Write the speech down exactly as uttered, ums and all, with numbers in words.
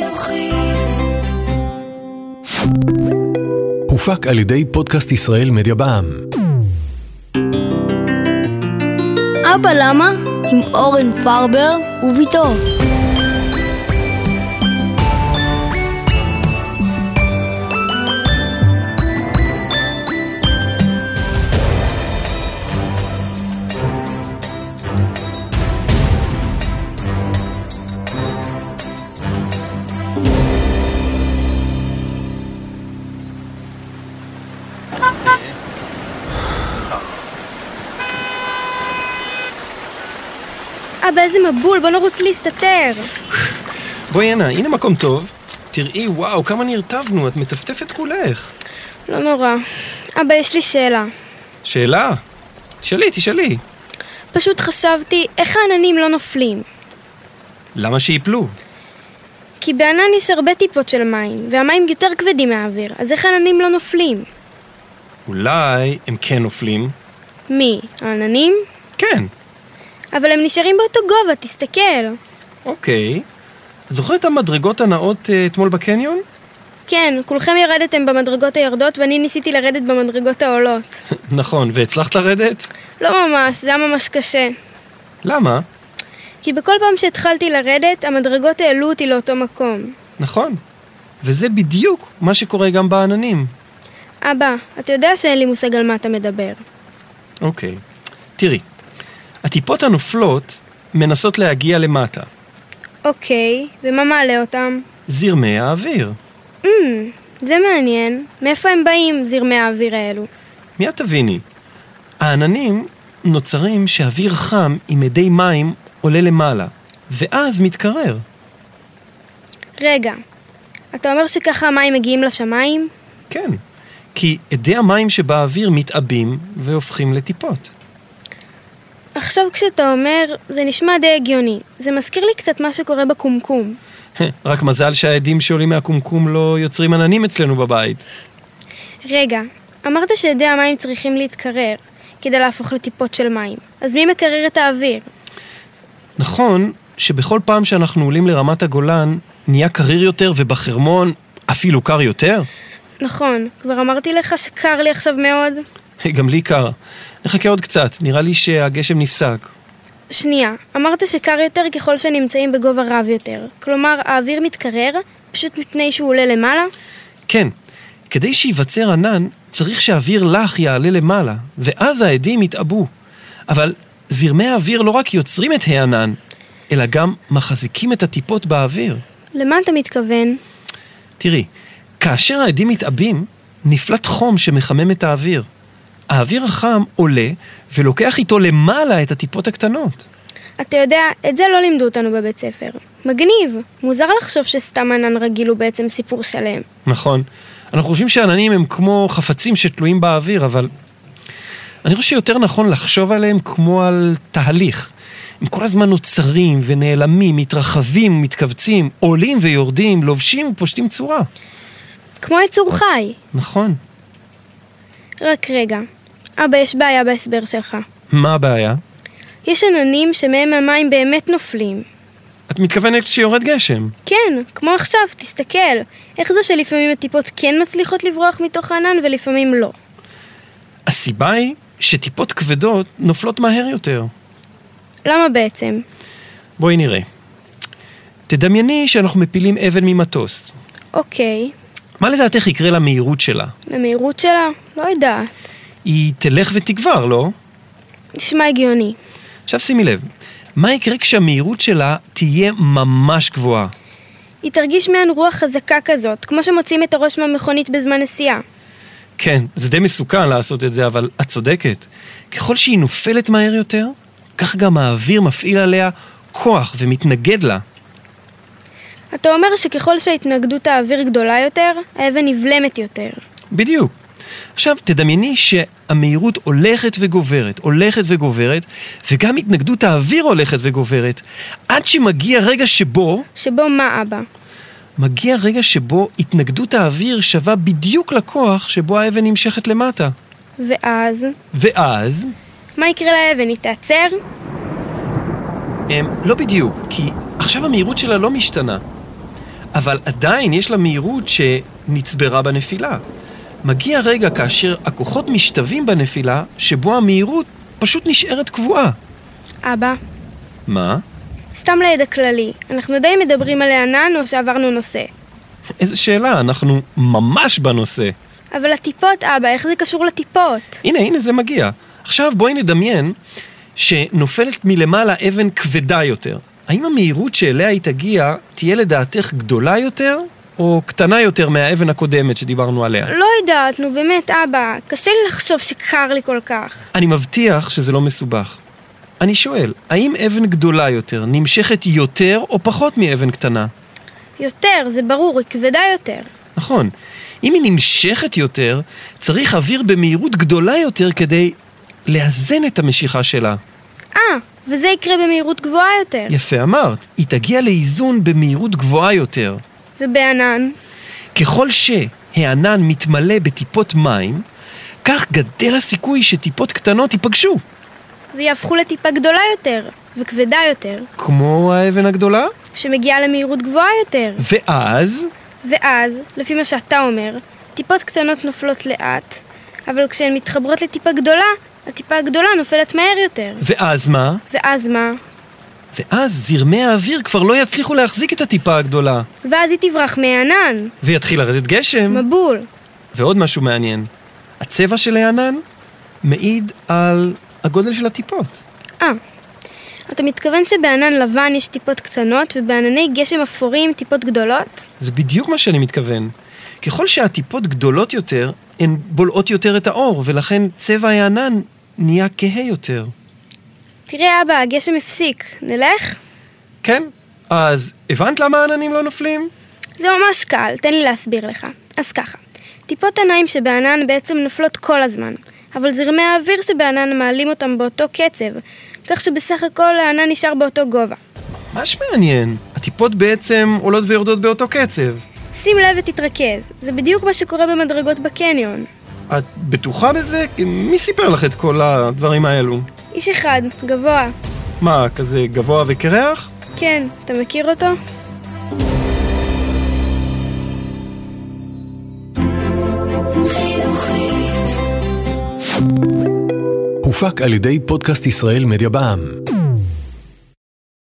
חינוכית. הופק על ידי פודקאסט ישראל מדיה בע"מ. אבא למה? עם אורן פרבר וביתו. אבא, איזה מבול, בוא נרוץ להסתתר. בואי הנה, הנה מקום טוב. תראי, וואו, כמה נרטבנו, את מטפטפת כולך. לא נורא. אבא, יש לי שאלה. שאלה? תשאלי, תשאלי. פשוט חשבתי, איך העננים לא נופלים? למה שיפלו? כי בענן יש הרבה טיפות של מים, והמים יותר כבדים מהאוויר, אז איך העננים לא נופלים? אולי הם כן נופלים. מי? העננים? כן. אבל הם נשארים באותו גובה, תסתכל. אוקיי. את זוכרת המדרגות הנאות uh, אתמול בקניון? כן, כולכם ירדתם במדרגות הירדות, ואני ניסיתי לרדת במדרגות העולות. נכון, והצלחת לרדת? לא ממש, זה היה ממש קשה. למה? כי בכל פעם שהתחלתי לרדת, המדרגות העלו אותי לאותו מקום. נכון. וזה בדיוק מה שקורה גם בעננים. אבא, אתה יודע שאין לי מושג על מה אתה מדבר. אוקיי. תראי, הטיפות הנופלות מנסות להגיע למטה. אוקיי, ומה מעלה אותם? זרמי האוויר. Mm, זה מעניין. מאיפה הם באים, זרמי האוויר האלו? מיד תביני. העננים נוצרים שאוויר חם עם מדי מים עולה למעלה, ואז מתקרר. רגע, אתה אומר שככה המים מגיעים לשמיים? כן, כי עדי המים שבאוויר מתאבים והופכים לטיפות. עכשיו כשאתה אומר, זה נשמע די הגיוני. זה מזכיר לי קצת מה שקורה בקומקום. רק מזל שהעדים שעולים מהקומקום לא יוצרים עננים אצלנו בבית. רגע, אמרת שעדי המים צריכים להתקרר כדי להפוך לטיפות של מים. אז מי מקרר את האוויר? נכון שבכל פעם שאנחנו עולים לרמת הגולן נהיה קריר יותר ובחרמון אפילו קר יותר? נכון, כבר אמרתי לך שקר לי עכשיו מאוד. גם לי קר. נחכה עוד קצת, נראה לי שהגשם נפסק. שנייה, אמרת שקר יותר ככל שנמצאים בגובה רב יותר. כלומר, האוויר מתקרר פשוט מפני שהוא עולה למעלה? כן, כדי שיווצר ענן צריך שהאוויר לח יעלה למעלה, ואז העדים יתאבו. אבל זרמי האוויר לא רק יוצרים את הענן, אלא גם מחזיקים את הטיפות באוויר. למה אתה מתכוון? תראי, כאשר העדים מתאבים, נפלט חום שמחמם את האוויר. האוויר החם עולה ולוקח איתו למעלה את הטיפות הקטנות. אתה יודע, את זה לא לימדו אותנו בבית ספר. מגניב. מוזר לחשוב שסתם ענן רגיל הוא בעצם סיפור שלם. נכון. אנחנו חושבים שעננים הם כמו חפצים שתלויים באוויר, אבל אני חושב שיותר נכון לחשוב עליהם כמו על תהליך. הם כל הזמן נוצרים ונעלמים, מתרחבים, מתכווצים, עולים ויורדים, לובשים ופושטים צורה. כמו יצור חי. נכון. רק רגע. אבא, יש בעיה בהסבר שלך. מה הבעיה? יש עננים שמהם המים באמת נופלים. את מתכוונת שיורד גשם? כן, כמו עכשיו, תסתכל. איך זה שלפעמים הטיפות כן מצליחות לברוח מתוך הענן ולפעמים לא? הסיבה היא שטיפות כבדות נופלות מהר יותר. למה בעצם? בואי נראה. תדמייני שאנחנו מפילים אבן ממטוס. אוקיי. מה לדעתך יקרה למהירות שלה? למהירות שלה? לא יודעת. היא תלך ותגבר, לא? נשמע הגיוני. עכשיו שימי לב, מה יקרה כשהמהירות שלה תהיה ממש גבוהה? היא תרגיש מעין רוח חזקה כזאת, כמו שמוצאים את הראש מהמכונית בזמן נסיעה. כן, זה די מסוכן לעשות את זה, אבל את צודקת. ככל שהיא נופלת מהר יותר, כך גם האוויר מפעיל עליה כוח ומתנגד לה. אתה אומר שככל שההתנגדות האוויר גדולה יותר, האבן נבלמת יותר. בדיוק. עכשיו, תדמייני שהמהירות הולכת וגוברת, הולכת וגוברת, וגם התנגדות האוויר הולכת וגוברת, עד שמגיע רגע שבו... שבו מה, אבא? מגיע רגע שבו התנגדות האוויר שווה בדיוק לכוח שבו האבן נמשכת למטה. ואז? ואז? מה יקרה לאבן? היא תעצר? הם, לא בדיוק, כי עכשיו המהירות שלה לא משתנה. אבל עדיין יש לה מהירות שנצברה בנפילה. מגיע רגע כאשר הכוחות משתווים בנפילה, שבו המהירות פשוט נשארת קבועה. אבא, מה? סתם לידע כללי, אנחנו די מדברים על הענן או שעברנו נושא. איזו שאלה, אנחנו ממש בנושא. אבל הטיפות, אבא, איך זה קשור לטיפות? הנה, הנה, זה מגיע. עכשיו בואי נדמיין שנופלת מלמעלה אבן כבדה יותר. האם המהירות שאליה היא תגיע תהיה לדעתך גדולה יותר או קטנה יותר מהאבן הקודמת שדיברנו עליה? לא יודעת, נו באמת, אבא, קשה לי לחשוב שקר לי כל כך. אני מבטיח שזה לא מסובך. אני שואל, האם אבן גדולה יותר נמשכת יותר או פחות מאבן קטנה? יותר, זה ברור, היא כבדה יותר. נכון. אם היא נמשכת יותר, צריך אוויר במהירות גדולה יותר כדי לאזן את המשיכה שלה. אה, וזה יקרה במהירות גבוהה יותר. יפה אמרת, היא תגיע לאיזון במהירות גבוהה יותר. ובענן? ככל שהענן מתמלא בטיפות מים, כך גדל הסיכוי שטיפות קטנות ייפגשו. ויהפכו לטיפה גדולה יותר, וכבדה יותר. כמו האבן הגדולה? שמגיעה למהירות גבוהה יותר. ואז? ואז, לפי מה שאתה אומר, טיפות קטנות נופלות לאט, אבל כשהן מתחברות לטיפה גדולה, הטיפה הגדולה נופלת מהר יותר. ואז מה? ואז מה? ואז זרמי האוויר כבר לא יצליחו להחזיק את הטיפה הגדולה. ואז היא תברח מהענן. ויתחיל לרדת גשם. מבול. ועוד משהו מעניין. הצבע של הענן מעיד על הגודל של הטיפות. אה, אתה מתכוון שבענן לבן יש טיפות קטנות ובענני גשם אפורים טיפות גדולות? זה בדיוק מה שאני מתכוון. ככל שהטיפות גדולות יותר, הן בולעות יותר את האור, ולכן צבע הענן נהיה כהה יותר. תראה אבא, הגשם הפסיק. נלך? כן. אז הבנת למה העננים לא נופלים? זה ממש קל, תן לי להסביר לך. אז ככה, טיפות עניים שבענן בעצם נופלות כל הזמן, אבל זרמי האוויר שבענן מעלים אותם באותו קצב, כך שבסך הכל הענן נשאר באותו גובה. ממש מעניין. הטיפות בעצם עולות ויורדות באותו קצב. שים לב ותתרכז, זה בדיוק מה שקורה במדרגות בקניון. את בטוחה בזה? מי סיפר לך את כל הדברים האלו? איש אחד, גבוה. מה, כזה גבוה וקרח? כן, אתה מכיר אותו? הופק על ידי פודקאסט ישראל מדיה בע"מ.